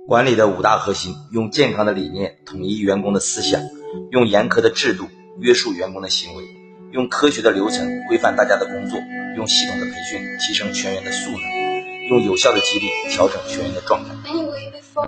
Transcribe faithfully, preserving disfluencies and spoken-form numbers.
管理的五大核心，用健康的理念统一员工的思想，用严苛的制度约束员工的行为，用科学的流程规范大家的工作，用系统的培训提升全员的素能，用有效的激励调整全员的状态。